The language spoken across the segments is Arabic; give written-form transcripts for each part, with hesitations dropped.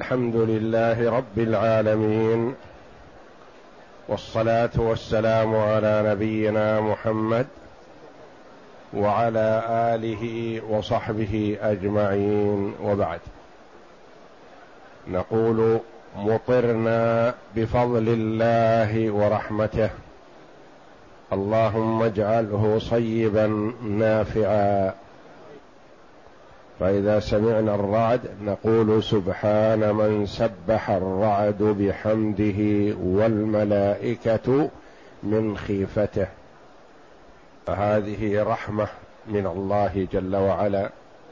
الحمد لله رب العالمين، والصلاة والسلام على نبينا محمد وعلى آله وصحبه أجمعين، وبعد. نقول: مطرنا بفضل الله ورحمته، اللهم اجعله صيبا نافعا. فإذا سمعنا الرعد نقول: سبحان من سبح الرعد بحمده والملائكة من خيفته. فهذه رحمة من الله جل وعلا.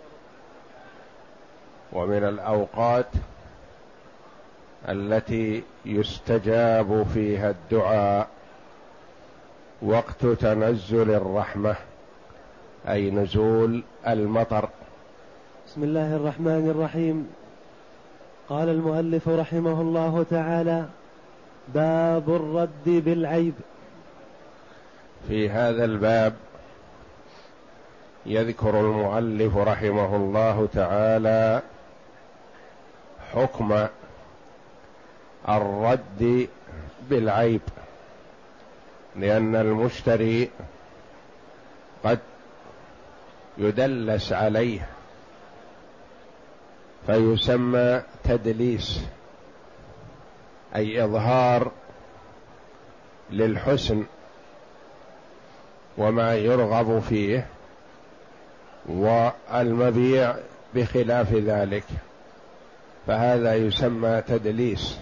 ومن الأوقات التي يستجاب فيها الدعاء وقت تنزل الرحمة، أي نزول المطر. بسم الله الرحمن الرحيم. قال المؤلف رحمه الله تعالى: باب الرد بالعيب. في هذا الباب يذكر المؤلف رحمه الله تعالى حكم الرد بالعيب، لأن المشتري قد يدلس عليه فيسمى تدليس، أي إظهار للحسن وما يرغب فيه، والمبيع بخلاف ذلك، فهذا يسمى تدليس،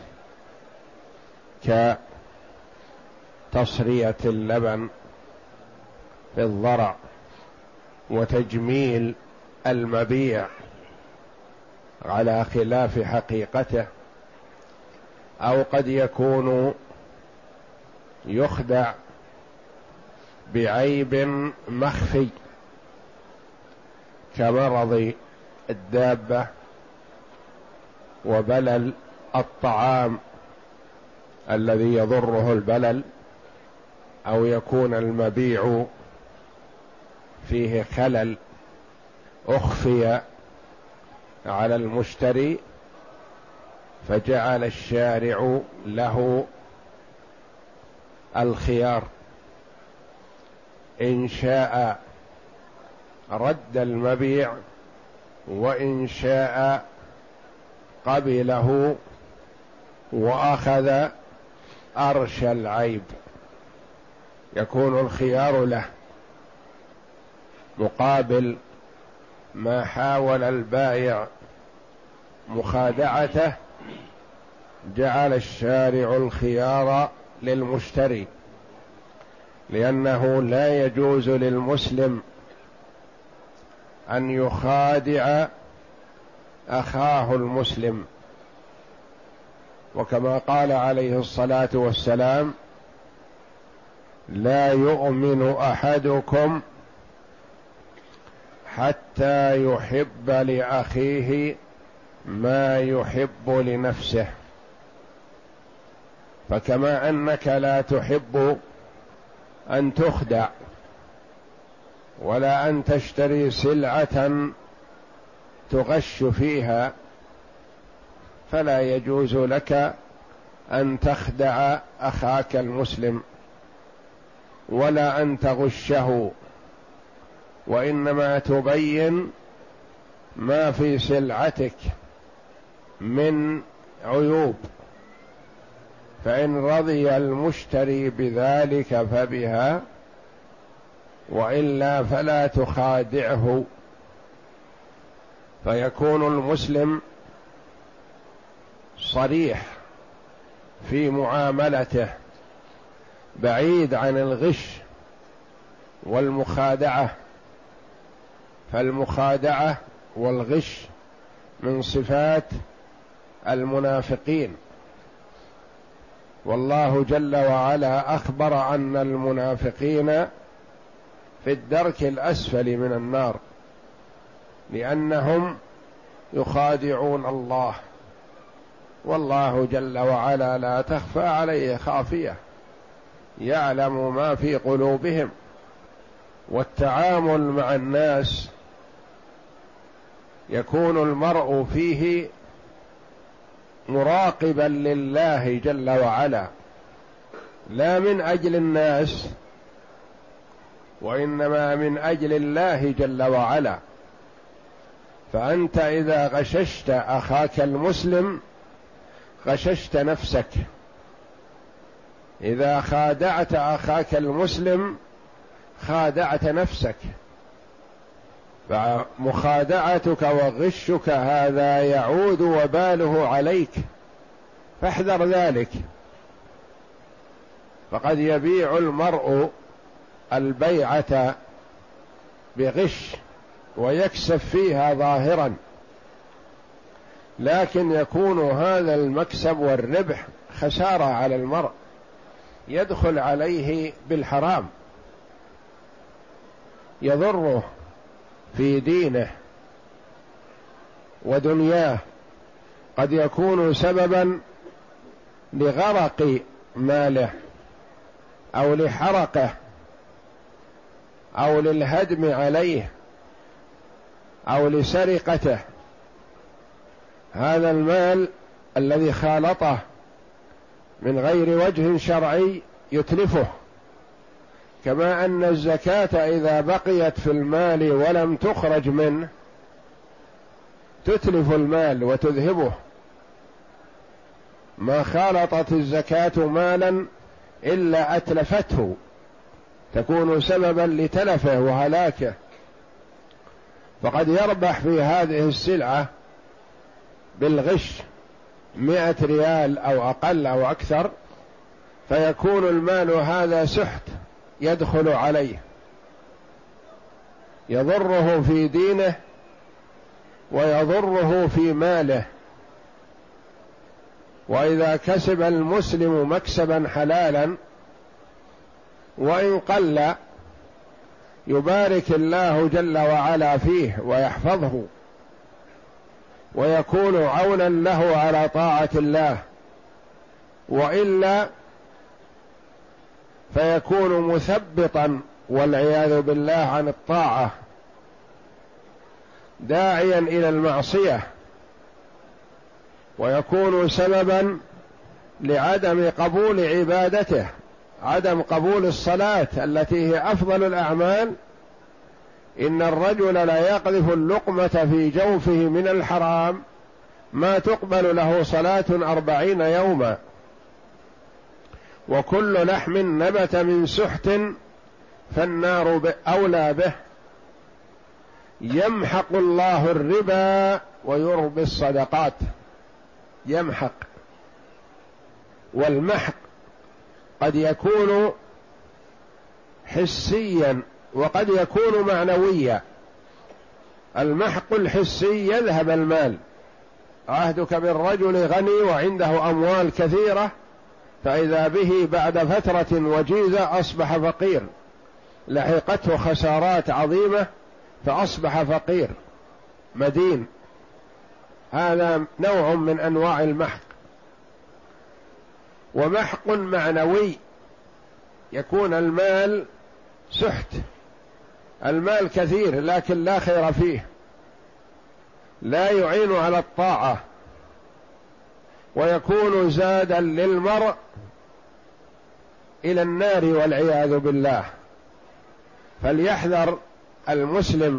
كتصرية اللبن في الضرع وتجميل المبيع على خلاف حقيقته، أو قد يكون يخدع بعيب مخفي كمرض الدابة وبلل الطعام الذي يضره البلل، أو يكون المبيع فيه خلل أخفي على المشتري، فجعل الشارع له الخيار: إن شاء رد المبيع، وإن شاء قبله وأخذ أرش العيب. يكون الخيار له مقابل ما حاول البائع مخادعته. جعل الشارع الخيار للمشتري، لأنه لا يجوز للمسلم أن يخادع أخاه المسلم، وكما قال عليه الصلاة والسلام: لا يؤمن أحدكم حتى يحب لأخيه ما يحب لنفسه. فكما أنك لا تحب أن تخدع ولا أن تشتري سلعة تغش فيها، فلا يجوز لك أن تخدع أخاك المسلم ولا أن تغشه، وإنما تبين ما في سلعتك من عيوب، فإن رضي المشتري بذلك فبها، وإلا فلا تخادعه. فيكون المسلم صريح في معاملته، بعيد عن الغش والمخادعة، فالمخادعة والغش من صفات المنافقين، والله جل وعلا أخبر أن المنافقين في الدرك الأسفل من النار، لأنهم يخادعون الله، والله جل وعلا لا تخفى عليه خافية، يعلم ما في قلوبهم. والتعامل مع الناس يكون المرء فيه مراقبا لله جل وعلا لا من أجل الناس، وإنما من أجل الله جل وعلا. فأنت إذا غششت أخاك المسلم غششت نفسك، إذا خادعت أخاك المسلم خادعت نفسك، فمخادعتك وغشك هذا يعود وباله عليك، فاحذر ذلك. فقد يبيع المرء البيعة بغش ويكسب فيها ظاهرا، لكن يكون هذا المكسب والربح خسارة على المرء، يدخل عليه بالحرام، يضره في دينه ودنياه، قد يكون سببا لغرق ماله أو لحرقه أو للهدم عليه أو لسرقته. هذا المال الذي خالطه من غير وجه شرعي يتلفه، كما أن الزكاة إذا بقيت في المال ولم تخرج منه تتلف المال وتذهبه. ما خالطت الزكاة مالا إلا أتلفته، تكون سببا لتلفه وهلاكه. فقد يربح في هذه السلعة بالغش 100 ريال أو أقل أو أكثر، فيكون المال هذا سحت يدخل عليه، يضره في دينه ويضره في ماله. وإذا كسب المسلم مكسبا حلالا وإن قل يبارك الله جل وعلا فيه ويحفظه ويكون عونا له على طاعة الله، وإلا فيكون مثبطا والعياذ بالله عن الطاعة، داعيا إلى المعصية، ويكون سببا لعدم قبول عبادته، عدم قبول الصلاة التي هي أفضل الأعمال. إن الرجل لا يقذف اللقمة في جوفه من الحرام ما تقبل له صلاة 40 يوما، وكل لحم نبت من سحت فالنار أولى به. يمحق الله الربا ويربي الصدقات، يمحق. والمحق قد يكون حسيا وقد يكون معنويا. المحق الحسي يذهب المال، عهدك بالرجل غني وعنده أموال كثيرة، فإذا به بعد فترة وجيزة أصبح فقير، لحقته خسارات عظيمة فأصبح فقير مدين. هذا نوع من أنواع المحق. ومحق معنوي يكون المال سحت، المال كثير لكن لا خير فيه، لا يعين على الطاعة، ويكون زادا للمرء إلى النار والعياذ بالله. فليحذر المسلم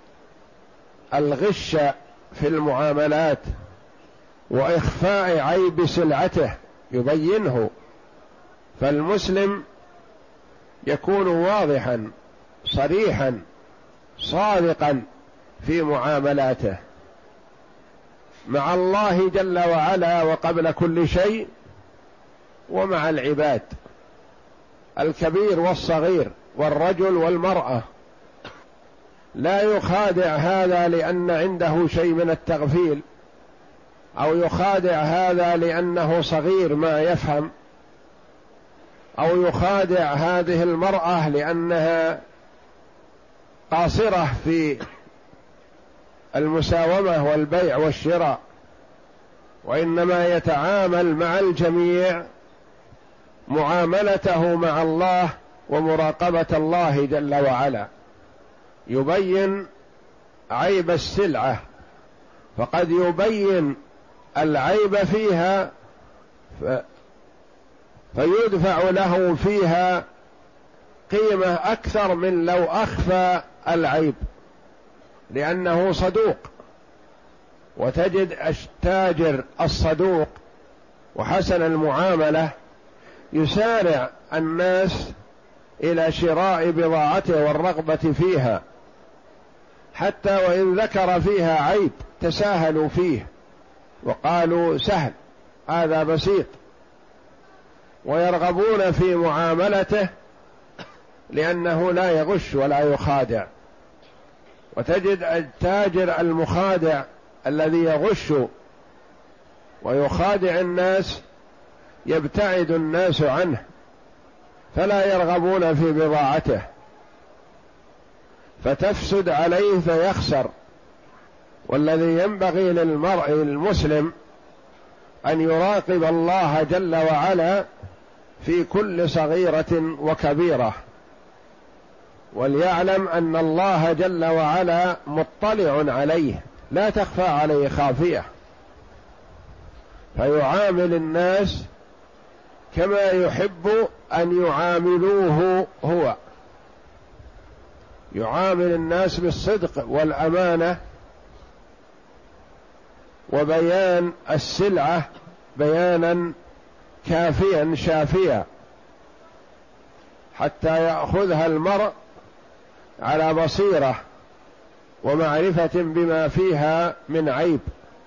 الغش في المعاملات وإخفاء عيب سلعته يبينه، فالمسلم يكون واضحا صريحا صادقا في معاملاته مع الله جل وعلا وقبل كل شيء، ومع العباد الكبير والصغير والرجل والمرأة. لا يخادع هذا لأن عنده شيء من التغفيل، أو يخادع هذا لأنه صغير ما يفهم، أو يخادع هذه المرأة لأنها قاصرة في المساومة والبيع والشراء، وإنما يتعامل مع الجميع معاملته مع الله ومراقبة الله جل وعلا. يبين عيب السلعة، فقد يبين العيب فيها فيدفع له فيها قيمة أكثر من لو أخفى العيب، لأنه صدوق. وتجد التاجر الصدوق وحسن المعاملة يسارع الناس إلى شراء بضاعته والرغبة فيها، حتى وإن ذكر فيها عيب تساهلوا فيه وقالوا سهل، هذا بسيط، ويرغبون في معاملته لأنه لا يغش ولا يخادع. وتجد التاجر المخادع الذي يغش ويخادع الناس يبتعد الناس عنه فلا يرغبون في بضاعته، فتفسد عليه فيخسر. والذي ينبغي للمرء المسلم أن يراقب الله جل وعلا في كل صغيرة وكبيرة، وليعلم أن الله جل وعلا مطلع عليه، لا تخفى عليه خافية، فيعامل الناس كما يحب أن يعاملوه هو. يعامل الناس بالصدق والأمانة وبيان السلعة بيانا كافيا شافيا، حتى يأخذها المرء على بصيرة ومعرفة بما فيها من عيب.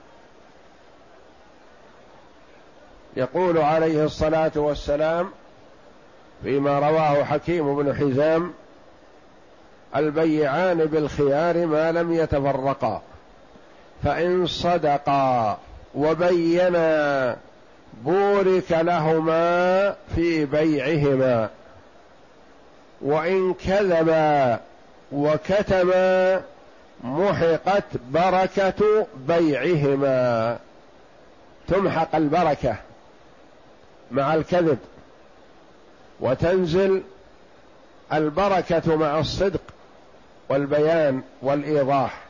يقول عليه الصلاة والسلام فيما رواه حكيم بن حزام: البيعان بالخيار ما لم يتفرقا، فإن صدقا وبينا بورك لهما في بيعهما، وإن كذبا وكتما محقت بركة بيعهما. تمحق البركة مع الكذب، وتنزل البركة مع الصدق والبيان والإيضاح.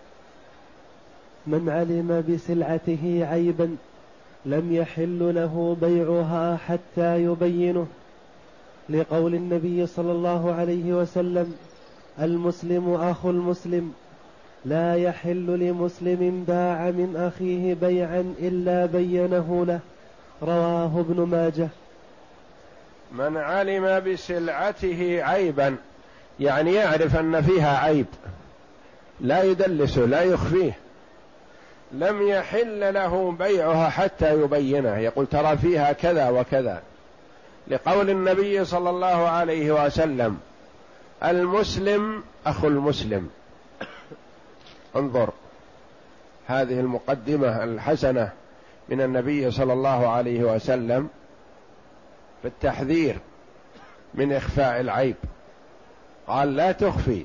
من علم بسلعته عيبا لم يحل له بيعها حتى يبينه، لقول النبي صلى الله عليه وسلم: المسلم أخو المسلم، لا يحل لمسلم باع من أخيه بيعا إلا بينه له. رواه ابن ماجه. من علم بسلعته عيبا يعني يعرف أن فيها عيب، لا يدلسه لا يخفيه، لم يحل له بيعها حتى يبينه، يقول ترى فيها كذا وكذا، لقول النبي صلى الله عليه وسلم: المسلم أخو المسلم. انظر هذه المقدمة الحسنة من النبي صلى الله عليه وسلم في التحذير من إخفاء العيب. قال: لا تخفي،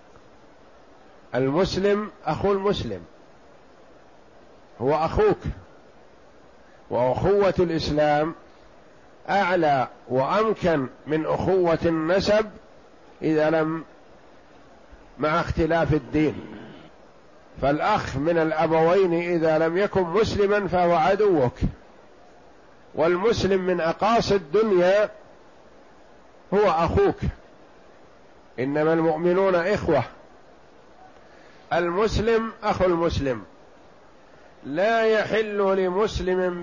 المسلم أخو المسلم، هو أخوك، وأخوة الإسلام أعلى وأمكن من أخوة النسب إذا لم مع اختلاف الدين. فالأخ من الأبوين إذا لم يكن مسلما فهو عدوك، والمسلم من أقاصي الدنيا هو أخوك، إنما المؤمنون إخوة. المسلم أخو المسلم، لا يحل لمسلم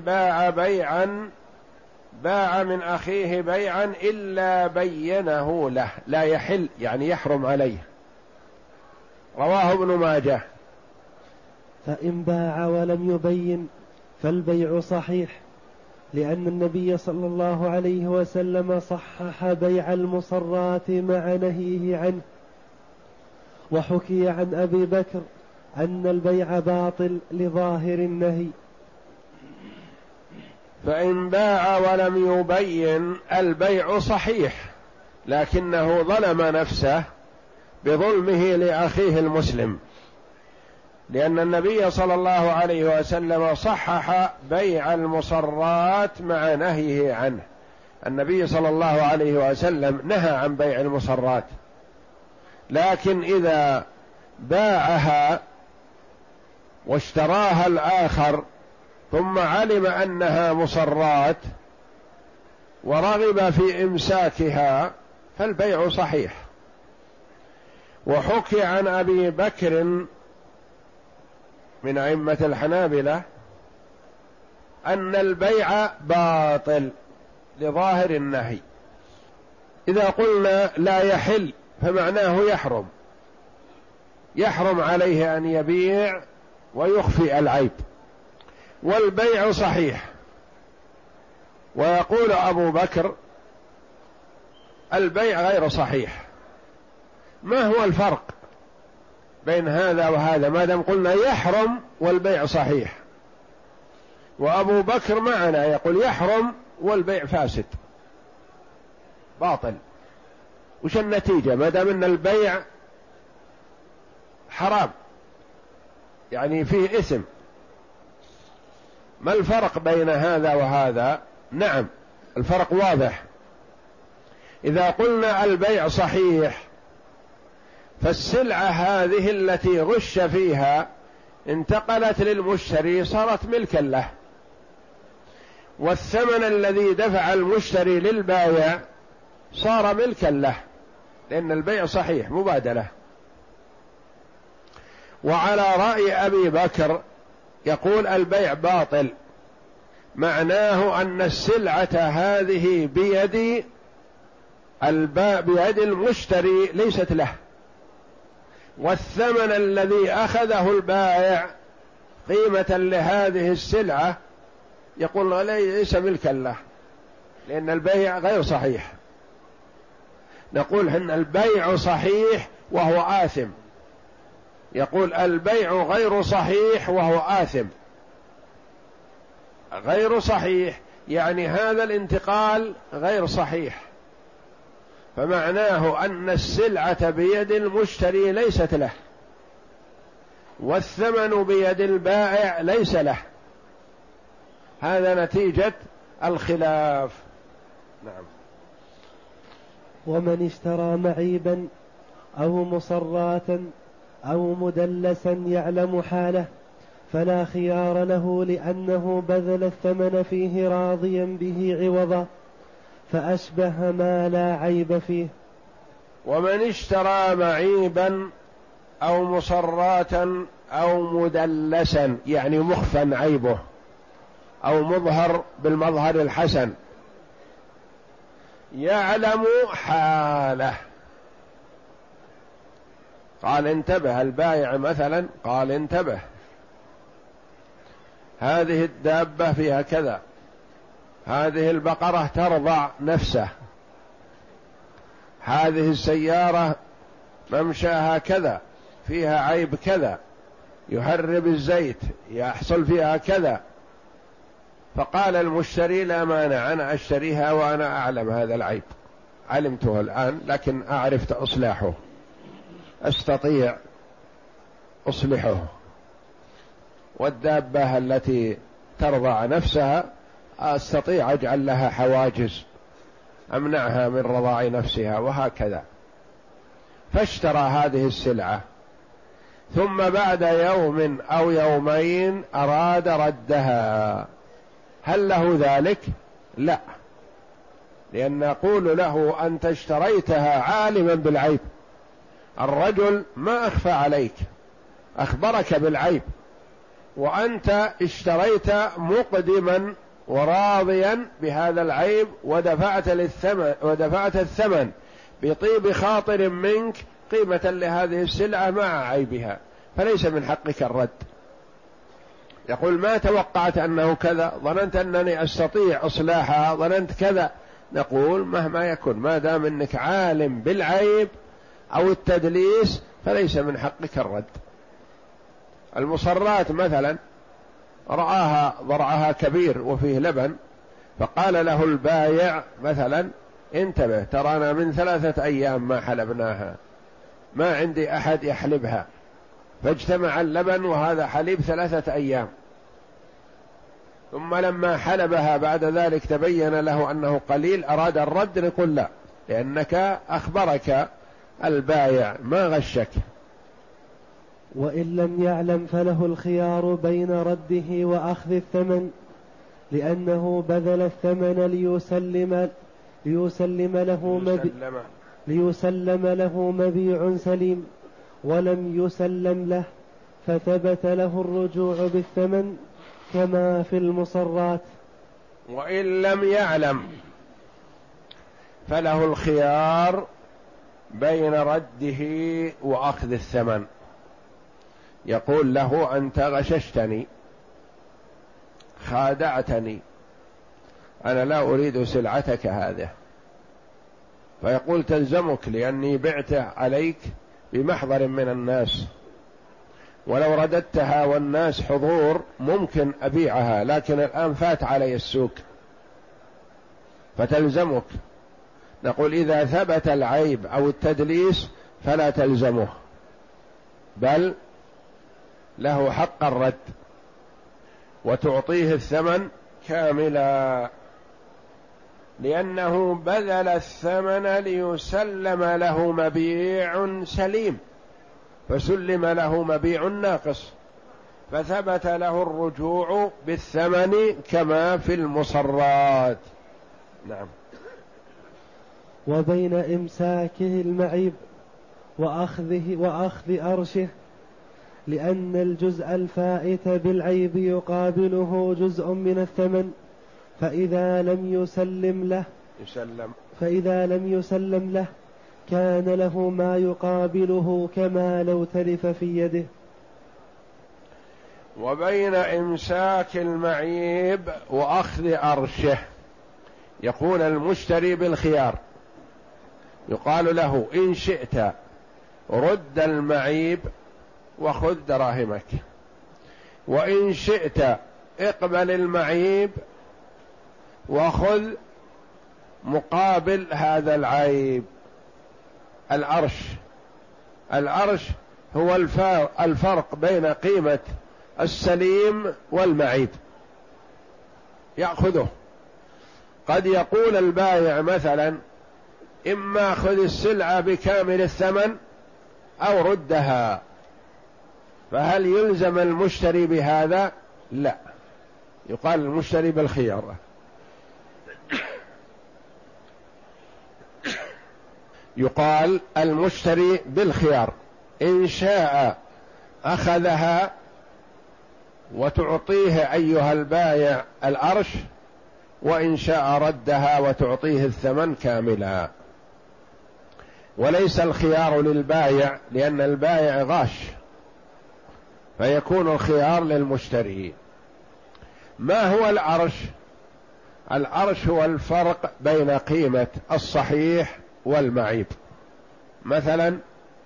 باع من أخيه بيعا إلا بينه له. لا يحل يعني يحرم عليه. رواه ابن ماجه. فإن باع ولم يبين فالبيع صحيح، لأن النبي صلى الله عليه وسلم صحح بيع المصرات مع نهيه عنه. وحكي عن أبي بكر أن البيع باطل لظاهر النهي. فإن باع ولم يبين البيع صحيح، لكنه ظلم نفسه بظلمه لأخيه المسلم، لأن النبي صلى الله عليه وسلم صحح بيع المصرات مع نهيه عنه. النبي صلى الله عليه وسلم نهى عن بيع المصرات، لكن إذا باعها واشتراها الآخر ثم علم أنها مصرات ورغب في إمساكها فالبيع صحيح. وحكي عن أبي بكر من أئمة الحنابلة أن البيع باطل لظاهر النهي. إذا قلنا لا يحل فمعناه يحرم، يحرم عليه أن يبيع ويخفي العيب، والبيع صحيح. ويقول أبو بكر البيع غير صحيح. ما هو الفرق بين هذا وهذا ما دام قلنا يحرم والبيع صحيح؟ وأبو بكر معنا يقول يحرم والبيع فاسد باطل. وش النتيجة ما دام أن البيع حرام يعني فيه إثم؟ ما الفرق بين هذا وهذا؟ نعم الفرق واضح. إذا قلنا البيع صحيح فالسلعة هذه التي غش فيها انتقلت للمشتري صارت ملكا له، والثمن الذي دفع المشتري للبائع صار ملكا له، لأن البيع صحيح مبادلة. وعلى رأي أبي بكر يقول البيع باطل، معناه أن السلعة هذه بيد المشتري ليست له، والثمن الذي أخذه البائع قيمة لهذه السلعة يقول ليس ملكا له، لأن البيع غير صحيح. نقول إن البيع صحيح وهو آثم، يقول البيع غير صحيح وهو آثم. غير صحيح يعني هذا الانتقال غير صحيح، فمعناه أن السلعة بيد المشتري ليست له، والثمن بيد البائع ليس له. هذا نتيجة الخلاف. نعم. ومن اشترى معيبا أو مصراتا أو مدلسا يعلم حاله فلا خيار له، لأنه بذل الثمن فيه راضيا به عوضا، فأشبه ما لا عيب فيه. ومن اشترى معيبا أو مصراتا أو مدلسا يعني مخفى عيبه أو مظهر بالمظهر الحسن يعلم حاله. قال انتبه البائع مثلا، قال انتبه هذه الدابة فيها كذا، هذه البقرة ترضع نفسه، هذه السيارة ممشاها كذا فيها عيب كذا، يهرب الزيت، يحصل فيها كذا. فقال المشتري لا مانع، أنا أشتريها وأنا أعلم هذا العيب، علمته الآن لكن أعرف إصلاحه، أستطيع أصلحه. والدابة التي ترضع نفسها أستطيع أجعل لها حواجز أمنعها من رضاع نفسها، وهكذا. فاشترى هذه السلعة، ثم بعد يوم أو يومين أراد ردها، هل له ذلك؟ لا، لأن نقول له أنت اشتريتها عالما بالعيب، الرجل ما أخفى عليك، أخبرك بالعيب، وأنت اشتريت مقدما وراضيا بهذا العيب ودفعت الثمن بطيب خاطر منك قيمة لهذه السلعة مع عيبها، فليس من حقك الرد. يقول ما توقعت أنه كذا، ظننت أنني أستطيع إصلاحها، ظننت كذا. نقول مهما يكن ما دام أنك عالم بالعيب أو التدليس فليس من حقك الرد. المصرات مثلا رآها ضرعها كبير وفيه لبن، فقال له البايع مثلا انتبه ترانا من 3 أيام ما حلبناها، ما عندي أحد يحلبها، فاجتمع اللبن وهذا حليب 3 أيام، ثم لما حلبها بعد ذلك تبين له أنه قليل أراد الرد، نقول لا، لأنك أخبرك البايع ما غشك، وإن لم يعلم فله الخيار بين رده وأخذ الثمن، لأنه بذل الثمن ليسلم له مبيع سليم، ولم يسلم له، فثبت له الرجوع بالثمن كما في المصرات. وإن لم يعلم فله الخيار بين رده وأخذ الثمن. يقول له: أنت غششتني، خادعتني، أنا لا أريد سلعتك هذه. فيقول: تلزمك، لأني بعت عليك بمحضر من الناس، ولو رددتها والناس حضور ممكن أبيعها، لكن الآن فات علي السوق، فتلزمك. نقول: إذا ثبت العيب أو التدليس فلا تلزمه، بل له حق الرد وتعطيه الثمن كاملا، لأنه بذل الثمن ليسلم له مبيع سليم، فسلم له مبيع ناقص، فثبت له الرجوع بالثمن كما في المصرات. نعم. وبين إمساكه المعيب وأخذ أرشه، لأن الجزء الفائت بالعيب يقابله جزء من الثمن، فإذا لم يسلم له كان له ما يقابله كما لو تلف في يده. وبين إمساك المعيب وأخذ أرشه يكون المشتري بالخيار، يقال له: إن شئت رد المعيب وخذ دراهمك، وإن شئت اقبل المعيب وخذ مقابل هذا العيب العرش هو الفرق بين قيمة السليم والمعيب، يأخذه. قد يقول البائع مثلا: إما خذ السلعة بكامل الثمن أو ردها، فهل يلزم المشتري بهذا؟ لا، يقال المشتري بالخيار. يقال المشتري بالخيار، إن شاء أخذها وتعطيه أيها البائع العرش، وإن شاء ردها وتعطيه الثمن كاملا. وليس الخيار للبائع، لأن البائع غاش، فيكون الخيار للمشتري. ما هو العرش؟ العرش هو الفرق بين قيمة الصحيح والمعيب. مثلا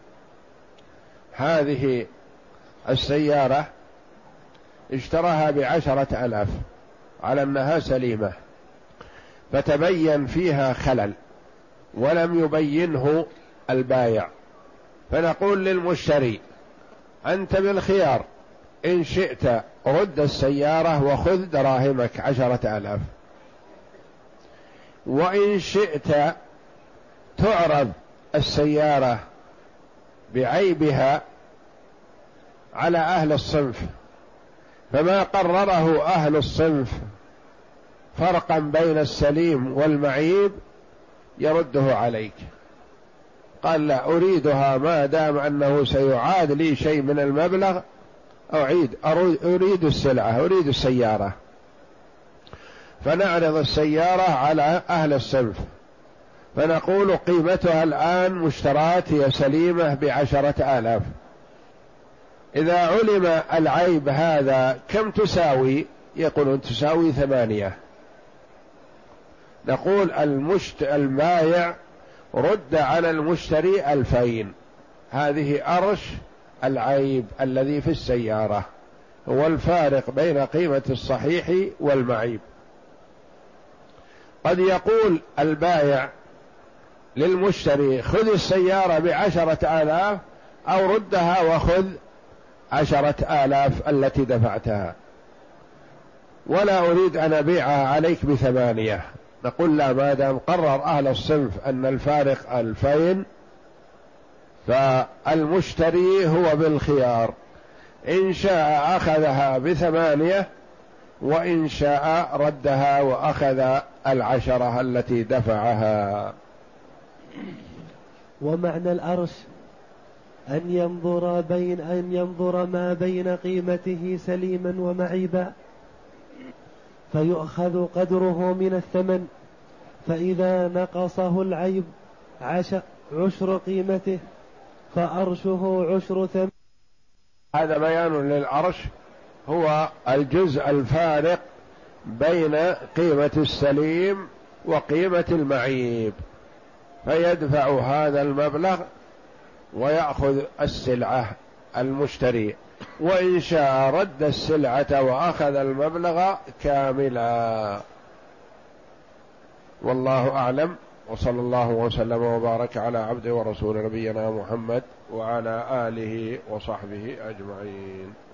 هذه السيارة اشتراها ب10,000 على أنها سليمة، فتبين فيها خلل ولم يبينه البائع، فنقول للمشتري: أنت بالخيار، إن شئت رد السيارة وخذ دراهمك 10,000، وإن شئت تعرض السيارة بعيبها على أهل الصنف، فما قرره أهل الصنف فرقا بين السليم والمعيب يرده عليك. قال: لا أريدها، ما دام أنه سيعاد لي شيء من المبلغ أريد السلعة، أريد السيارة. فنعرض السيارة على أهل الصنف، فنقول: قيمتها الآن مشترات هي سليمة ب10,000. إذا علم العيب هذا كم تساوي؟ يقولون تساوي 8. نقول البائع رد على المشتري 2,000، هذه أرش العيب الذي في السيارة، هو الفارق بين قيمة الصحيح والمعيب. قد يقول البائع للمشتري: خذ السيارة ب10,000 أو ردها وخذ 10,000 التي دفعتها، ولا أريد أن أبيعها عليك ب8. نقول: لا، ما دام قرر أهل الصنف أن الفارق 2,000 فالمشتري هو بالخيار، إن شاء أخذها ب8 وإن شاء ردها وأخذ 10 التي دفعها. ومعنى الأرش أن ينظر ما بين قيمته سليما ومعيبا، فيؤخذ قدره من الثمن، فإذا نقصه العيب 10 قيمته فأرشه 10 ثمن. هذا بيان للأرش، هو الجزء الفارق بين قيمة السليم وقيمة المعيب، فيدفع هذا المبلغ ويأخذ السلعة المشتري، وإن شاء رد السلعة وأخذ المبلغ كاملا. والله أعلم، وصلى الله وسلم وبارك على عبده ورسول نبينا محمد وعلى آله وصحبه أجمعين.